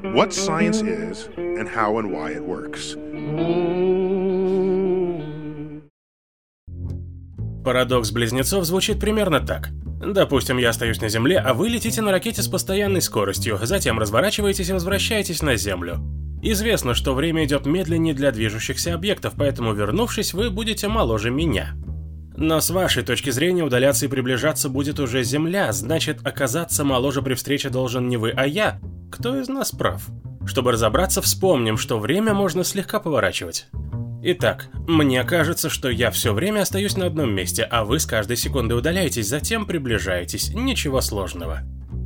what science is, and how and why it works. Парадокс близнецов звучит примерно так. Допустим, я остаюсь на Земле, а вы летите на ракете с постоянной скоростью, затем разворачиваетесь и возвращаетесь на Землю. Известно, что время идет медленнее для движущихся объектов, поэтому, вернувшись, вы будете моложе меня. Но с вашей точки зрения удаляться и приближаться будет уже Земля, значит, оказаться моложе при встрече должен не вы, а я. Кто из нас прав? Чтобы разобраться, вспомним, что время можно слегка поворачивать. Итак, мне кажется, что я все время остаюсь на одном месте, а вы с каждой секундой удаляетесь, затем приближаетесь. Ничего сложного.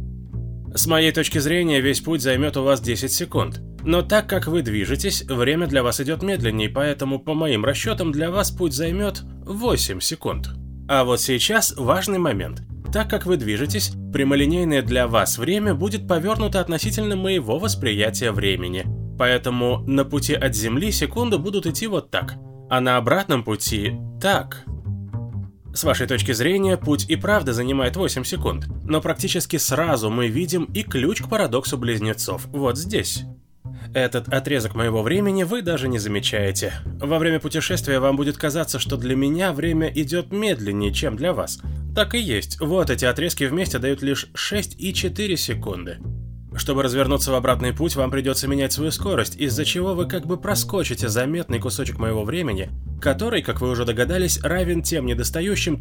С моей точки зрения, весь путь займет у вас 10 секунд. Но так как вы движетесь, время для вас идет медленнее, поэтому, по моим расчетам, для вас путь займет 8 секунд. А вот сейчас важный момент. Так как вы движетесь, прямолинейное для вас время будет повернуто относительно моего восприятия времени. Поэтому на пути от Земли секунды будут идти вот так, а на обратном пути так. С вашей точки зрения, путь и правда занимает 8 секунд, но практически сразу мы видим и ключ к парадоксу близнецов, вот здесь. Этот отрезок моего времени вы даже не замечаете. Во время путешествия вам будет казаться, что для меня время идет медленнее, чем для вас. Так и есть, вот эти отрезки вместе дают лишь 6,4 секунды. Чтобы развернуться в обратный путь, вам придется менять свою скорость, из-за чего вы как бы проскочите заметный кусочек моего времени, который, как вы уже догадались, равен тем недостающим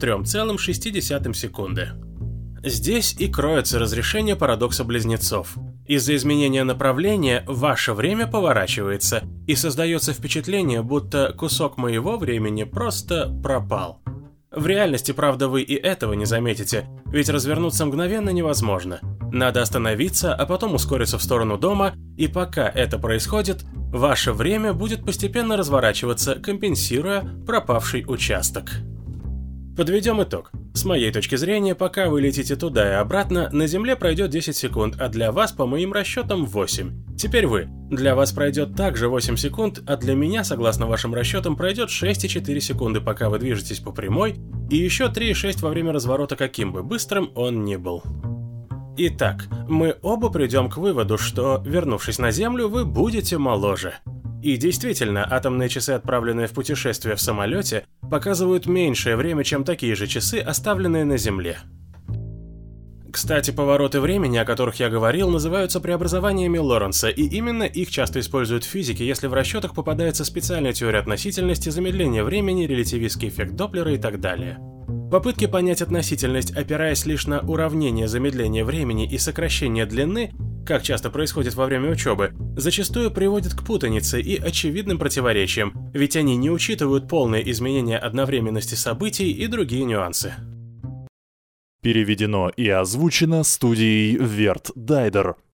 3,6 секунды. Здесь и кроется разрешение парадокса близнецов. Из-за изменения направления ваше время поворачивается, и создается впечатление, будто кусок моего времени просто пропал. В реальности, правда, вы и этого не заметите, ведь развернуться мгновенно невозможно. Надо остановиться, а потом ускориться в сторону дома, и пока это происходит, ваше время будет постепенно разворачиваться, компенсируя пропавший участок. Подведем итог. С моей точки зрения, пока вы летите туда и обратно, на Земле пройдет 10 секунд, а для вас, по моим расчетам, 8. Теперь вы. Для вас пройдет также 8 секунд, а для меня, согласно вашим расчетам, пройдет 6,4 секунды, пока вы движетесь по прямой, и еще 3,6 во время разворота, каким бы быстрым он ни был. Итак, мы оба придем к выводу, что, вернувшись на Землю, вы будете моложе. И действительно, атомные часы, отправленные в путешествие в самолете, показывают меньшее время, чем такие же часы, оставленные на Земле. Кстати, повороты времени, о которых я говорил, называются преобразованиями Лоренца, и именно их часто используют в физике, если в расчетах попадается специальная теория относительности, замедление времени, релятивистский эффект Доплера и так далее. Попытки понять относительность, опираясь лишь на уравнение замедления времени и сокращение длины, как часто происходит во время учебы, зачастую приводят к путанице и очевидным противоречиям, ведь они не учитывают полное изменение одновременности событий и другие нюансы. Переведено и озвучено студией Верт Дайдер.